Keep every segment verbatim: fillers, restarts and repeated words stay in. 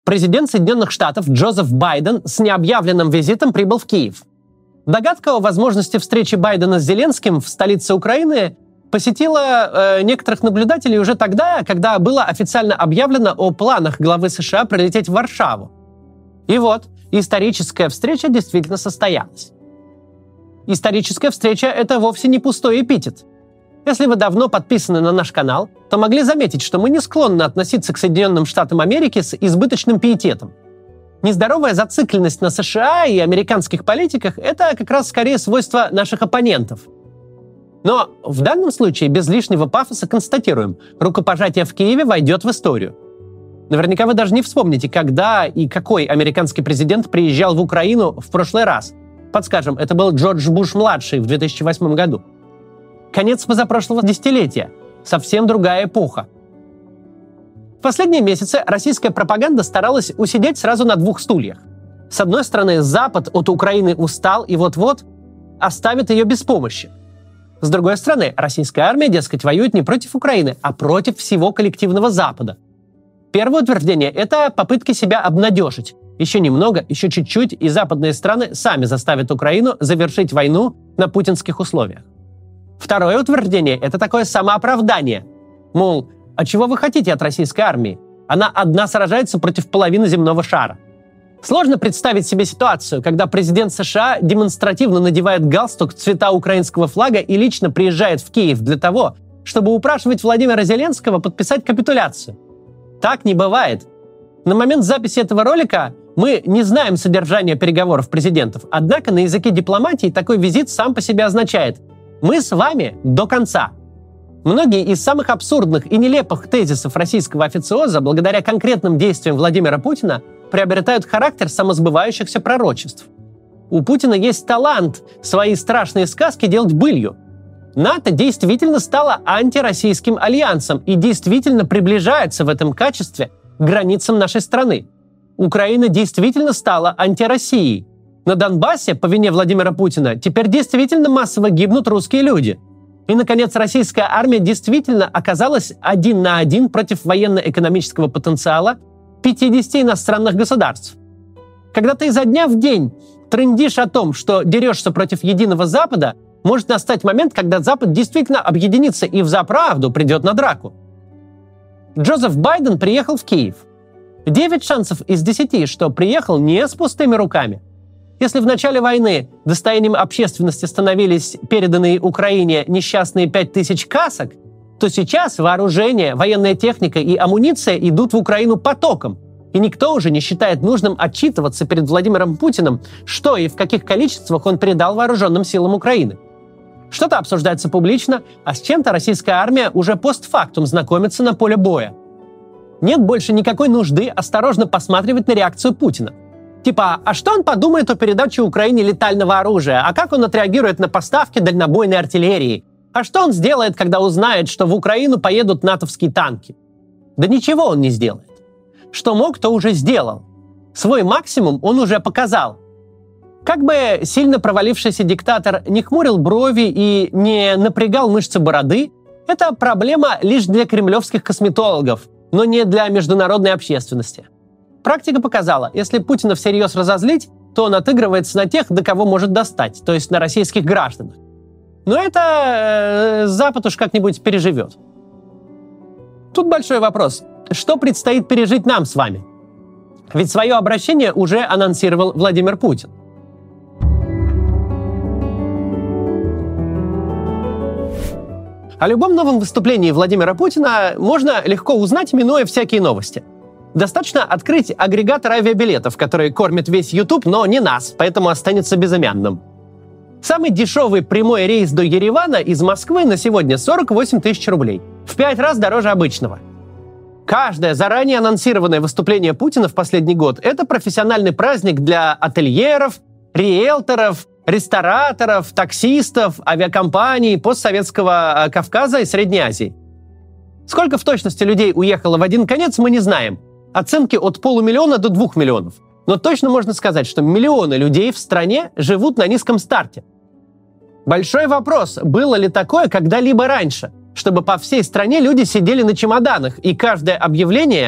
Президент Соединенных Штатов Джозеф Байден с необъявленным визитом прибыл в Киев. Догадка о возможности встречи Байдена с Зеленским в столице Украины посетила э, некоторых наблюдателей уже тогда, когда было официально объявлено о планах главы США прилететь в Варшаву. И вот, историческая встреча действительно состоялась. Историческая встреча – это вовсе не пустой эпитет. Если вы давно подписаны на наш канал, то могли заметить, что мы не склонны относиться к Соединенным Штатам Америки с избыточным пиететом. Нездоровая зацикленность на США и американских политиках – это как раз скорее свойство наших оппонентов. Но в данном случае без лишнего пафоса констатируем – рукопожатие в Киеве войдет в историю. Наверняка вы даже не вспомните, когда и какой американский президент приезжал в Украину в прошлый раз. Подскажем, это был Джордж Буш-младший в две тысячи восьмом году. Конец позапрошлого десятилетия. Совсем другая эпоха. В последние месяцы российская пропаганда старалась усидеть сразу на двух стульях. С одной стороны, Запад от Украины устал и вот-вот оставит ее без помощи. С другой стороны, российская армия, дескать, воюет не против Украины, а против всего коллективного Запада. Первое утверждение – это попытки себя обнадежить. Еще немного, еще чуть-чуть, и западные страны сами заставят Украину завершить войну на путинских условиях. Второе утверждение – это такое самооправдание. Мол, а чего вы хотите от российской армии? Она одна сражается против половины земного шара. Сложно представить себе ситуацию, когда президент США демонстративно надевает галстук цвета украинского флага и лично приезжает в Киев для того, чтобы упрашивать Владимира Зеленского подписать капитуляцию. Так не бывает. На момент записи этого ролика мы не знаем содержания переговоров президентов, однако на языке дипломатии такой визит сам по себе означает: мы с вами до конца. Многие из самых абсурдных и нелепых тезисов российского официоза благодаря конкретным действиям Владимира Путина приобретают характер самосбывающихся пророчеств. У Путина есть талант свои страшные сказки делать былью. НАТО действительно стало антироссийским альянсом и действительно приближается в этом качестве к границам нашей страны. Украина действительно стала антироссией. На Донбассе, по вине Владимира Путина, теперь действительно массово гибнут русские люди. И, наконец, российская армия действительно оказалась один на один против военно-экономического потенциала пятидесяти иностранных государств. Когда ты изо дня в день трындишь о том, что дерешься против единого Запада, может настать момент, когда Запад действительно объединится и взаправду придет на драку. Джозеф Байден приехал в Киев. Девять шансов из десяти, что приехал не с пустыми руками. Если в начале войны достоянием общественности становились переданные Украине несчастные пять тысяч касок, то сейчас вооружение, военная техника и амуниция идут в Украину потоком. И никто уже не считает нужным отчитываться перед Владимиром Путиным, что и в каких количествах он передал вооруженным силам Украины. Что-то обсуждается публично, а с чем-то российская армия уже постфактум знакомится на поле боя. Нет больше никакой нужды осторожно посматривать на реакцию Путина. Типа, а что он подумает о передаче Украине летального оружия? А как он отреагирует на поставки дальнобойной артиллерии? А что он сделает, когда узнает, что в Украину поедут натовские танки? Да ничего он не сделает. Что мог, то уже сделал. Свой максимум он уже показал. Как бы сильно провалившийся диктатор не хмурил брови и не напрягал мышцы бороды, это проблема лишь для кремлевских косметологов, но не для международной общественности. Практика показала, если Путина всерьез разозлить, то он отыгрывается на тех, до кого может достать, то есть на российских гражданах. Но это э, Запад уж как-нибудь переживет. Тут большой вопрос. Что предстоит пережить нам с вами? Ведь свое обращение уже анонсировал Владимир Путин. О любом новом выступлении Владимира Путина можно легко узнать, минуя всякие новости. Достаточно открыть агрегатор авиабилетов, который кормит весь YouTube, но не нас, поэтому останется безымянным. Самый дешевый прямой рейс до Еревана из Москвы на сегодня сорок восемь тысяч рублей. В пять раз дороже обычного. Каждое заранее анонсированное выступление Путина в последний год – это профессиональный праздник для ательеров, риэлторов, рестораторов, таксистов, авиакомпаний постсоветского Кавказа и Средней Азии. Сколько в точности людей уехало в один конец, мы не знаем. Оценки от полумиллиона до двух миллионов. Но точно можно сказать, что миллионы людей в стране живут на низком старте. Большой вопрос, было ли такое когда-либо раньше, чтобы по всей стране люди сидели на чемоданах, и каждое объявление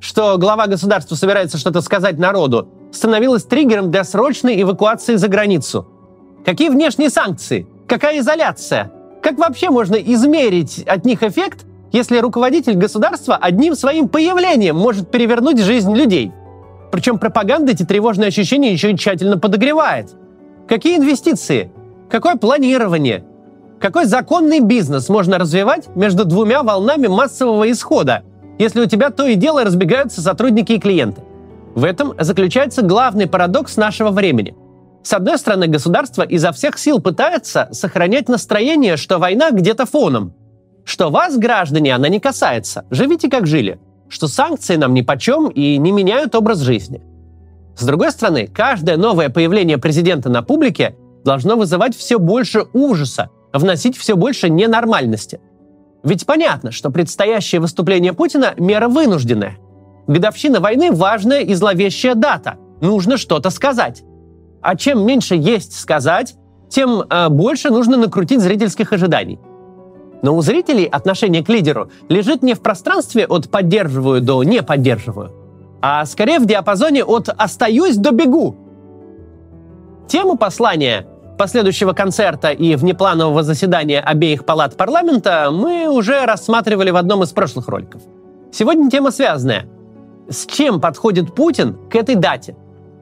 что глава государства собирается что-то сказать народу, становилось триггером для срочной эвакуации за границу. Какие внешние санкции? Какая изоляция? Как вообще можно измерить от них эффект, если руководитель государства одним своим появлением может перевернуть жизнь людей? Причем пропаганда эти тревожные ощущения еще и тщательно подогревает. Какие инвестиции? Какое планирование? Какой законный бизнес можно развивать между двумя волнами массового исхода, если у тебя то и дело разбегаются сотрудники и клиенты? В этом заключается главный парадокс нашего времени. С одной стороны, государство изо всех сил пытается сохранять настроение, что война где-то фоном, что вас, граждане, она не касается, живите как жили, что санкции нам нипочем и не меняют образ жизни. С другой стороны, каждое новое появление президента на публике должно вызывать все больше ужаса, вносить все больше ненормальности. Ведь понятно, что предстоящее выступление Путина – мера вынужденная. Годовщина войны – важная и зловещая дата. Нужно что-то сказать. А чем меньше есть сказать, тем э, больше нужно накрутить зрительских ожиданий. Но у зрителей отношение к лидеру лежит не в пространстве от «поддерживаю» до «не поддерживаю», а скорее в диапазоне от «остаюсь» до «бегу». Тему послания, последующего концерта и внепланового заседания обеих палат парламента мы уже рассматривали в одном из прошлых роликов. Сегодня тема связанная. С чем подходит Путин к этой дате?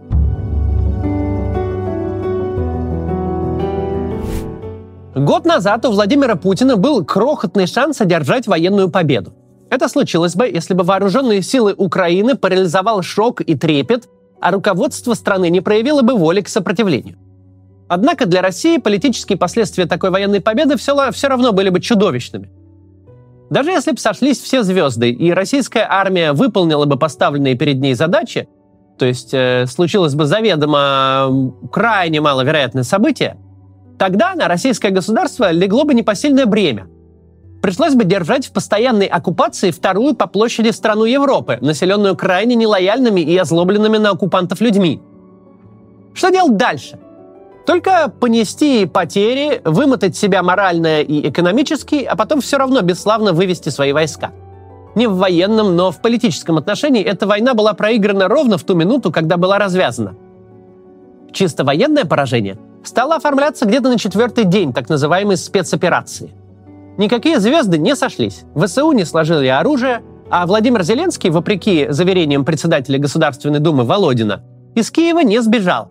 Год назад у Владимира Путина был крохотный шанс одержать военную победу. Это случилось бы, если бы вооруженные силы Украины парализовал шок и трепет, а руководство страны не проявило бы воли к сопротивлению. Однако для России политические последствия такой военной победы все, все равно были бы чудовищными. Даже если бы сошлись все звезды, и российская армия выполнила бы поставленные перед ней задачи, то есть э, случилось бы заведомо крайне маловероятное событие, тогда на российское государство легло бы непосильное бремя. Пришлось бы держать в постоянной оккупации вторую по площади страну Европы, населенную крайне нелояльными и озлобленными на оккупантов людьми. Что делать дальше? Только понести потери, вымотать себя морально и экономически, а потом все равно бесславно вывести свои войска. Не в военном, но в политическом отношении эта война была проиграна ровно в ту минуту, когда была развязана. Чисто военное поражение стало оформляться где-то на четвертый день так называемой спецоперации. Никакие звезды не сошлись, ВСУ не сложили оружие, а Владимир Зеленский, вопреки заверениям председателя Государственной Думы Володина, из Киева не сбежал.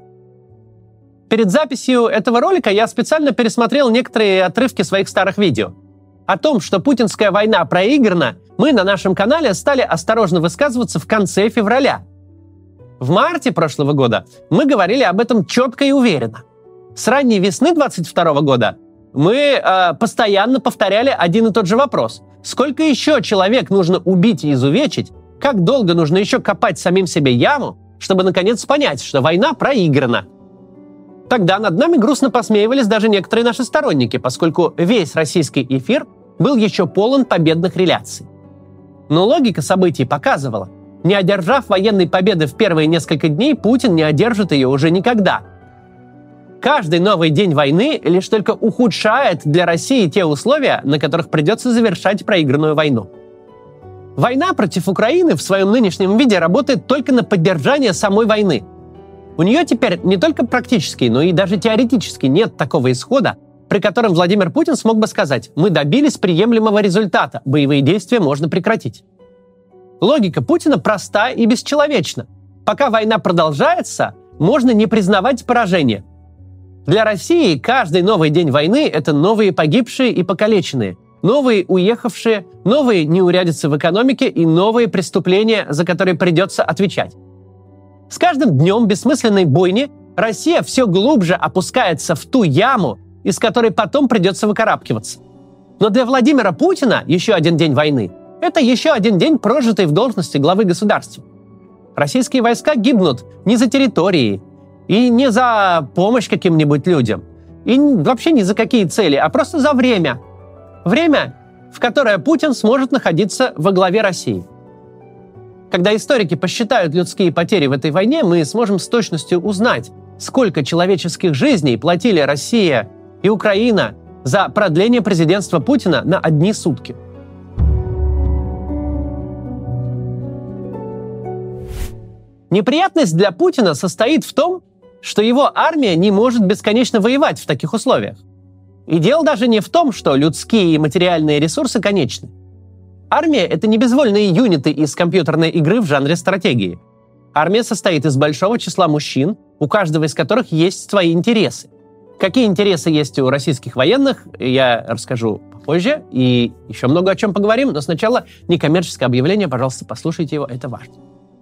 Перед записью этого ролика я специально пересмотрел некоторые отрывки своих старых видео. О том, что путинская война проиграна, мы на нашем канале стали осторожно высказываться в конце февраля. В марте прошлого года мы говорили об этом четко и уверенно. С ранней весны двадцать второго года мы э, постоянно повторяли один и тот же вопрос. Сколько еще человек нужно убить и изувечить? Как долго нужно еще копать самим себе яму, чтобы наконец понять, что война проиграна? Тогда над нами грустно посмеивались даже некоторые наши сторонники, поскольку весь российский эфир был еще полон победных реляций. Но логика событий показывала, не одержав военной победы в первые несколько дней, Путин не одержит ее уже никогда. Каждый новый день войны лишь только ухудшает для России те условия, на которых придется завершать проигранную войну. Война против Украины в своем нынешнем виде работает только на поддержание самой войны. У нее теперь не только практически, но и даже теоретически нет такого исхода, при котором Владимир Путин смог бы сказать: «Мы добились приемлемого результата, боевые действия можно прекратить». Логика Путина проста и бесчеловечна. Пока война продолжается, можно не признавать поражение. Для России каждый новый день войны – это новые погибшие и покалеченные, новые уехавшие, новые неурядицы в экономике и новые преступления, за которые придется отвечать. С каждым днем бессмысленной бойни Россия все глубже опускается в ту яму, из которой потом придется выкарабкиваться. Но для Владимира Путина еще один день войны – это еще один день, прожитый в должности главы государства. Российские войска гибнут не за территории и не за помощь каким-нибудь людям, и вообще не за какие цели, а просто за время. Время, в которое Путин сможет находиться во главе России. Когда историки посчитают людские потери в этой войне, мы сможем с точностью узнать, сколько человеческих жизней платили Россия и Украина за продление президентства Путина на одни сутки. Неприятность для Путина состоит в том, что его армия не может бесконечно воевать в таких условиях. И дело даже не в том, что людские и материальные ресурсы конечны. Армия — это не безвольные юниты из компьютерной игры в жанре стратегии. Армия состоит из большого числа мужчин, у каждого из которых есть свои интересы. Какие интересы есть у российских военных, я расскажу попозже, и еще много о чем поговорим, но сначала некоммерческое объявление, пожалуйста, послушайте его, это важно.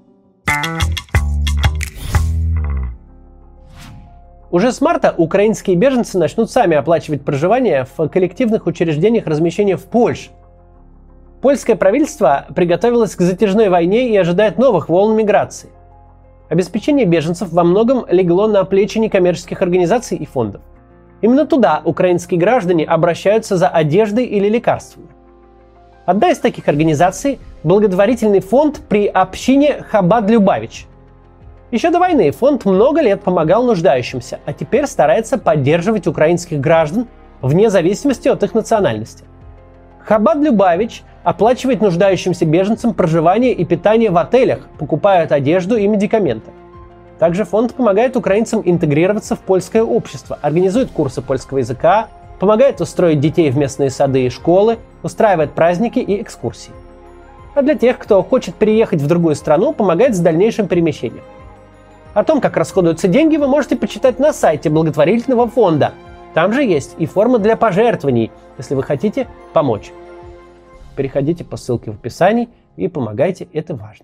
Уже с марта украинские беженцы начнут сами оплачивать проживание в коллективных учреждениях размещения в Польше. Польское правительство приготовилось к затяжной войне и ожидает новых волн миграции. Обеспечение беженцев во многом легло на плечи некоммерческих организаций и фондов. Именно туда украинские граждане обращаются за одеждой или лекарствами. Одна из таких организаций – благотворительный фонд при общине Хабад-Любавич. Еще до войны фонд много лет помогал нуждающимся, а теперь старается поддерживать украинских граждан вне зависимости от их национальности. Хабад-Любавич оплачивает нуждающимся беженцам проживание и питание в отелях, покупает одежду и медикаменты. Также фонд помогает украинцам интегрироваться в польское общество, организует курсы польского языка, помогает устроить детей в местные сады и школы, устраивает праздники и экскурсии. А для тех, кто хочет переехать в другую страну, помогает с дальнейшим перемещением. О том, как расходуются деньги, вы можете почитать на сайте благотворительного фонда. Там же есть и форма для пожертвований, если вы хотите помочь. Переходите по ссылке в описании и помогайте, это важно.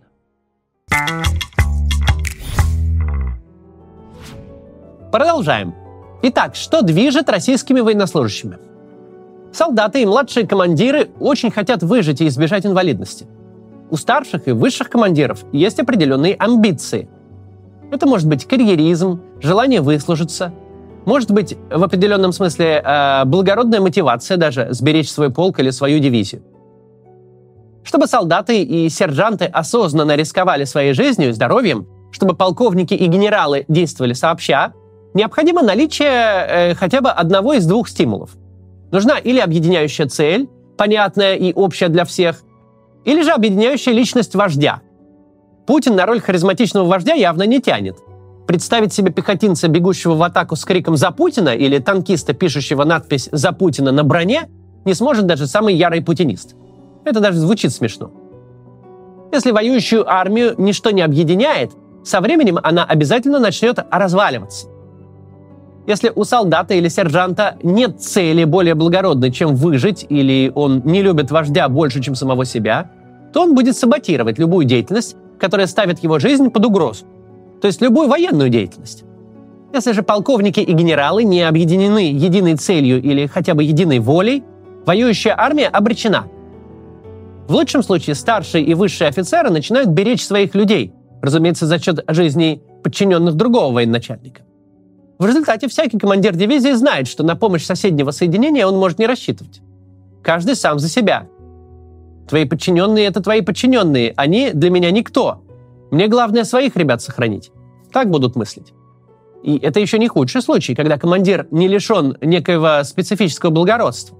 Продолжаем. Итак, что движет российскими военнослужащими? Солдаты и младшие командиры очень хотят выжить и избежать инвалидности. У старших и высших командиров есть определенные амбиции. Это может быть карьеризм, желание выслужиться, может быть, в определенном смысле, э, благородная мотивация даже сберечь свой полк или свою дивизию. Чтобы солдаты и сержанты осознанно рисковали своей жизнью и здоровьем, чтобы полковники и генералы действовали сообща, необходимо наличие э, хотя бы одного из двух стимулов. Нужна или объединяющая цель, понятная и общая для всех, или же объединяющая личность вождя. Путин на роль харизматичного вождя явно не тянет. Представить себе пехотинца, бегущего в атаку с криком «За Путина» или танкиста, пишущего надпись «За Путина» на броне, не сможет даже самый ярый путинист. Это даже звучит смешно. Если воюющую армию ничто не объединяет, со временем она обязательно начнет разваливаться. Если у солдата или сержанта нет цели более благородной, чем выжить, или он не любит вождя больше, чем самого себя, то он будет саботировать любую деятельность, которая ставит его жизнь под угрозу. То есть любую военную деятельность. Если же полковники и генералы не объединены единой целью или хотя бы единой волей, воюющая армия обречена. В лучшем случае старшие и высшие офицеры начинают беречь своих людей, разумеется, за счет жизней подчиненных другого военачальника. В результате всякий командир дивизии знает, что на помощь соседнего соединения он может не рассчитывать. Каждый сам за себя. Твои подчиненные — это твои подчиненные, они для меня никто. Мне главное своих ребят сохранить. Так будут мыслить. И это еще не худший случай, когда командир не лишен некоего специфического благородства.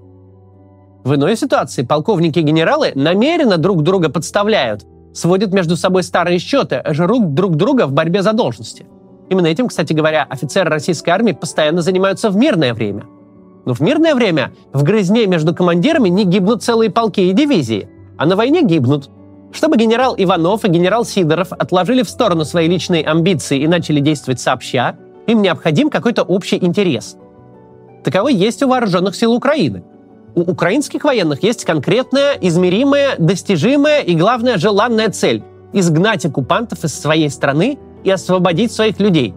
В иной ситуации полковники и генералы намеренно друг друга подставляют, сводят между собой старые счеты, жрут друг друга в борьбе за должности. Именно этим, кстати говоря, офицеры российской армии постоянно занимаются в мирное время. Но в мирное время в грызне между командирами не гибнут целые полки и дивизии, а на войне гибнут. Чтобы генерал Иванов и генерал Сидоров отложили в сторону свои личные амбиции и начали действовать сообща, им необходим какой-то общий интерес. Таковой есть у вооруженных сил Украины. У украинских военных есть конкретная, измеримая, достижимая и, главное, желанная цель – изгнать оккупантов из своей страны и освободить своих людей.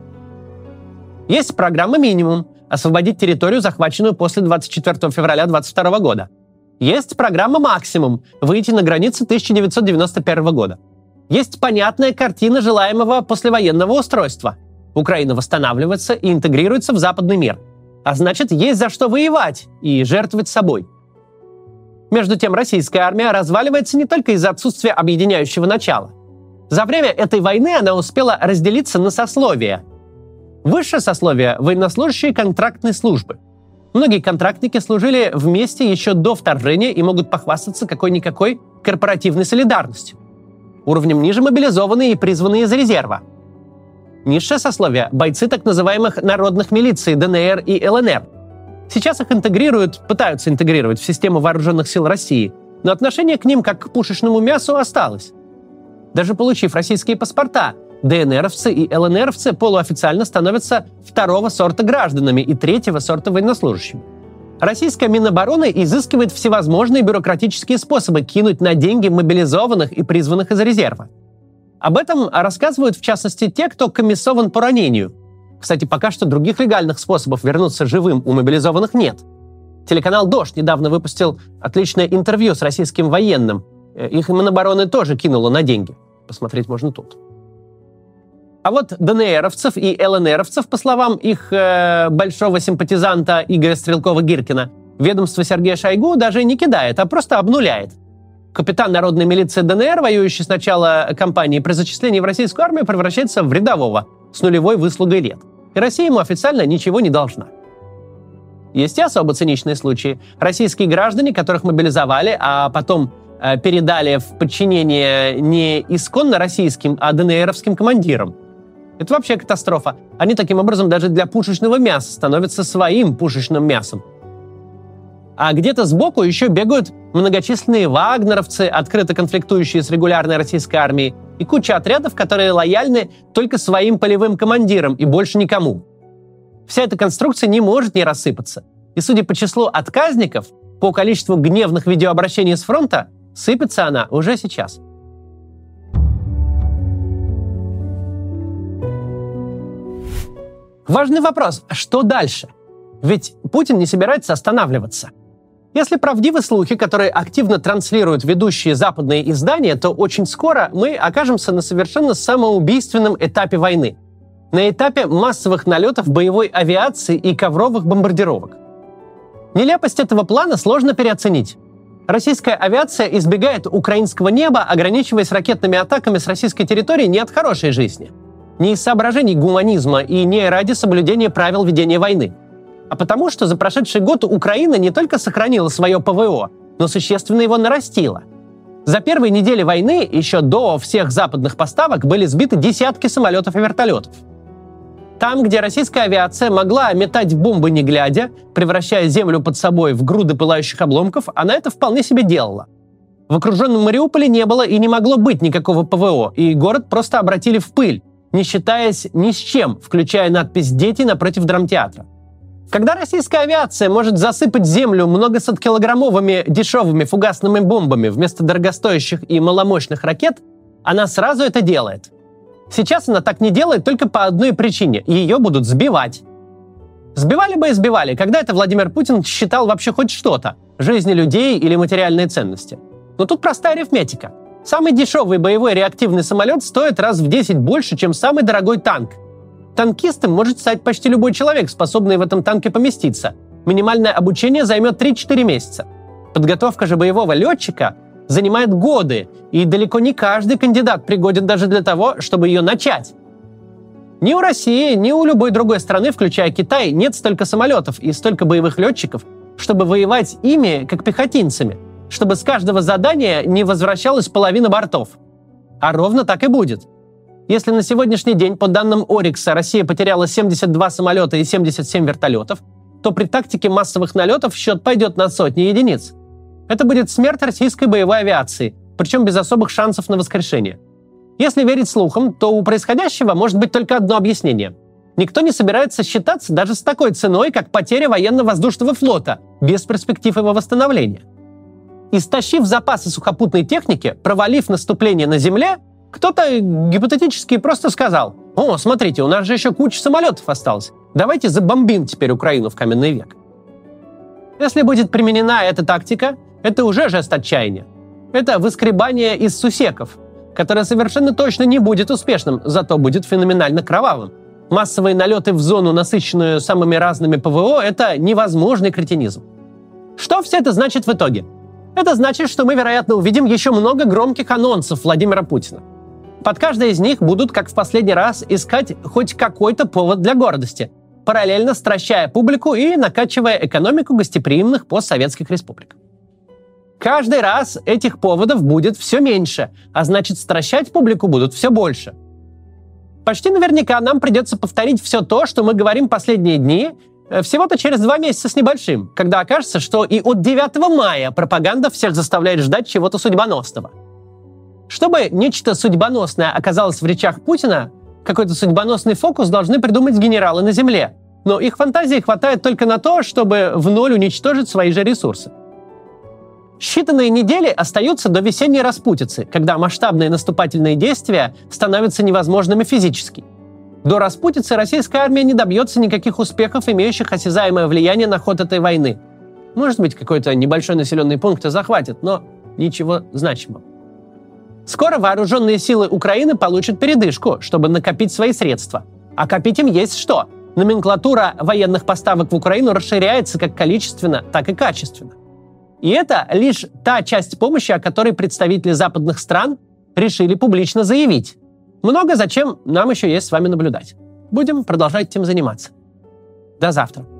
Есть программа «Минимум» – освободить территорию, захваченную после двадцать четвёртого февраля две тысячи двадцать второго года. Есть программа «Максимум» – выйти на границы тысяча девятьсот девяносто первого года. Есть понятная картина желаемого послевоенного устройства. Украина восстанавливается и интегрируется в западный мир. А значит, есть за что воевать и жертвовать собой. Между тем, российская армия разваливается не только из-за отсутствия объединяющего начала. За время этой войны она успела разделиться на сословия. Высшее сословие – военнослужащие контрактной службы. Многие контрактники служили вместе еще до вторжения и могут похвастаться какой-никакой корпоративной солидарностью. Уровнем ниже мобилизованные и призванные из резерва. Низшее сословие – бойцы так называемых народных милиций ДНР и ЛНР. Сейчас их интегрируют, пытаются интегрировать в систему вооруженных сил России, но отношение к ним как к пушечному мясу осталось. Даже получив российские паспорта, ДНРовцы и ЛНРовцы полуофициально становятся второго сорта гражданами и третьего сорта военнослужащими. Российская Минобороны изыскивает всевозможные бюрократические способы кинуть на деньги мобилизованных и призванных из резерва. Об этом рассказывают, в частности, те, кто комиссован по ранению. Кстати, пока что других легальных способов вернуться живым у мобилизованных нет. Телеканал «Дождь» недавно выпустил отличное интервью с российским военным. Их Минобороны тоже кинуло на деньги. Посмотреть можно тут. А вот ДНРовцев и ЛНРовцев, по словам их э, большого симпатизанта Игоря Стрелкова-Гиркина, ведомство Сергея Шойгу даже не кидает, а просто обнуляет. Капитан народной милиции ДНР, воюющий с начала кампании при зачислении в российскую армию, превращается в рядового с нулевой выслугой лет. И Россия ему официально ничего не должна. Есть и особо циничные случаи. Российские граждане, которых мобилизовали, а потом э, передали в подчинение не исконно российским, а ДНРовским командирам. Это вообще катастрофа. Они таким образом даже для пушечного мяса становятся своим пушечным мясом. А где-то сбоку еще бегают многочисленные вагнеровцы, открыто конфликтующие с регулярной российской армией, и куча отрядов, которые лояльны только своим полевым командирам и больше никому. Вся эта конструкция не может не рассыпаться. И судя по числу отказников, по количеству гневных видеообращений с фронта, сыпется она уже сейчас. Важный вопрос, что дальше? Ведь Путин не собирается останавливаться. Если правдивы слухи, которые активно транслируют ведущие западные издания, то очень скоро мы окажемся на совершенно самоубийственном этапе войны. На этапе массовых налетов боевой авиации и ковровых бомбардировок. Нелепость этого плана сложно переоценить. Российская авиация избегает украинского неба, ограничиваясь ракетными атаками с российской территории не от хорошей жизни. Не из соображений гуманизма и не ради соблюдения правил ведения войны, а потому что за прошедший год Украина не только сохранила свое ПВО, но существенно его нарастила. За первые недели войны, еще до всех западных поставок, были сбиты десятки самолетов и вертолетов. Там, где российская авиация могла метать бомбы не глядя, превращая землю под собой в груды пылающих обломков, она это вполне себе делала. В окруженном Мариуполе не было и не могло быть никакого ПВО, и город просто обратили в пыль, не считаясь ни с чем, включая надпись «Дети» напротив драмтеатра. Когда российская авиация может засыпать землю многосоткилограммовыми дешевыми фугасными бомбами вместо дорогостоящих и маломощных ракет, она сразу это делает. Сейчас она так не делает только по одной причине – ее будут сбивать. Сбивали бы и сбивали, когда это Владимир Путин считал вообще хоть что-то – жизни людей или материальные ценности. Но тут простая арифметика. Самый дешевый боевой реактивный самолет стоит раз в десять больше, чем самый дорогой танк. Танкистом может стать почти любой человек, способный в этом танке поместиться. Минимальное обучение займет три-четыре месяца. Подготовка же боевого летчика занимает годы, и далеко не каждый кандидат пригоден даже для того, чтобы ее начать. Ни у России, ни у любой другой страны, включая Китай, нет столько самолетов и столько боевых летчиков, чтобы воевать ими, как пехотинцами, чтобы с каждого задания не возвращалась половина бортов. А ровно так и будет. Если на сегодняшний день, по данным Орикса, Россия потеряла семьдесят два самолета и семьдесят семь вертолетов, то при тактике массовых налетов счет пойдет на сотни единиц. Это будет смерть российской боевой авиации, причем без особых шансов на воскрешение. Если верить слухам, то у происходящего может быть только одно объяснение. Никто не собирается считаться даже с такой ценой, как потеря военно-воздушного флота, без перспектив его восстановления. Истощив запасы сухопутной техники, провалив наступление на земле, кто-то гипотетически просто сказал: «О, смотрите, у нас же еще куча самолетов осталось. Давайте забомбим теперь Украину в каменный век». Если будет применена эта тактика, это уже жест отчаяния. Это выскребание из сусеков, которое совершенно точно не будет успешным, зато будет феноменально кровавым. Массовые налеты в зону, насыщенную самыми разными ПВО, это невозможный кретинизм. Что все это значит в итоге? Это значит, что мы, вероятно, увидим еще много громких анонсов Владимира Путина. Под каждой из них будут, как в последний раз, искать хоть какой-то повод для гордости, параллельно стращая публику и накачивая экономику гостеприимных постсоветских республик. Каждый раз этих поводов будет все меньше, а значит, стращать публику будут все больше. почти наверняка нам придется повторить все то, что мы говорим последние дни, всего-то через два месяца с небольшим, когда окажется, что и от девятого мая пропаганда всех заставляет ждать чего-то судьбоносного. Чтобы нечто судьбоносное оказалось в речах Путина, какой-то судьбоносный фокус должны придумать генералы на земле. Но их фантазии хватает только на то, чтобы в ноль уничтожить свои же ресурсы. Считанные недели остаются до весенней распутицы, когда масштабные наступательные действия становятся невозможными физически. До распутицы российская армия не добьется никаких успехов, имеющих осязаемое влияние на ход этой войны. Может быть, какой-то небольшой населенный пункт и захватит, но ничего значимого. Скоро вооруженные силы Украины получат передышку, чтобы накопить свои средства. А копить им есть что? Номенклатура военных поставок в Украину расширяется как количественно, так и качественно. И это лишь та часть помощи, о которой представители западных стран решили публично заявить. Много зачем нам еще есть с вами наблюдать. Будем продолжать этим заниматься. До завтра.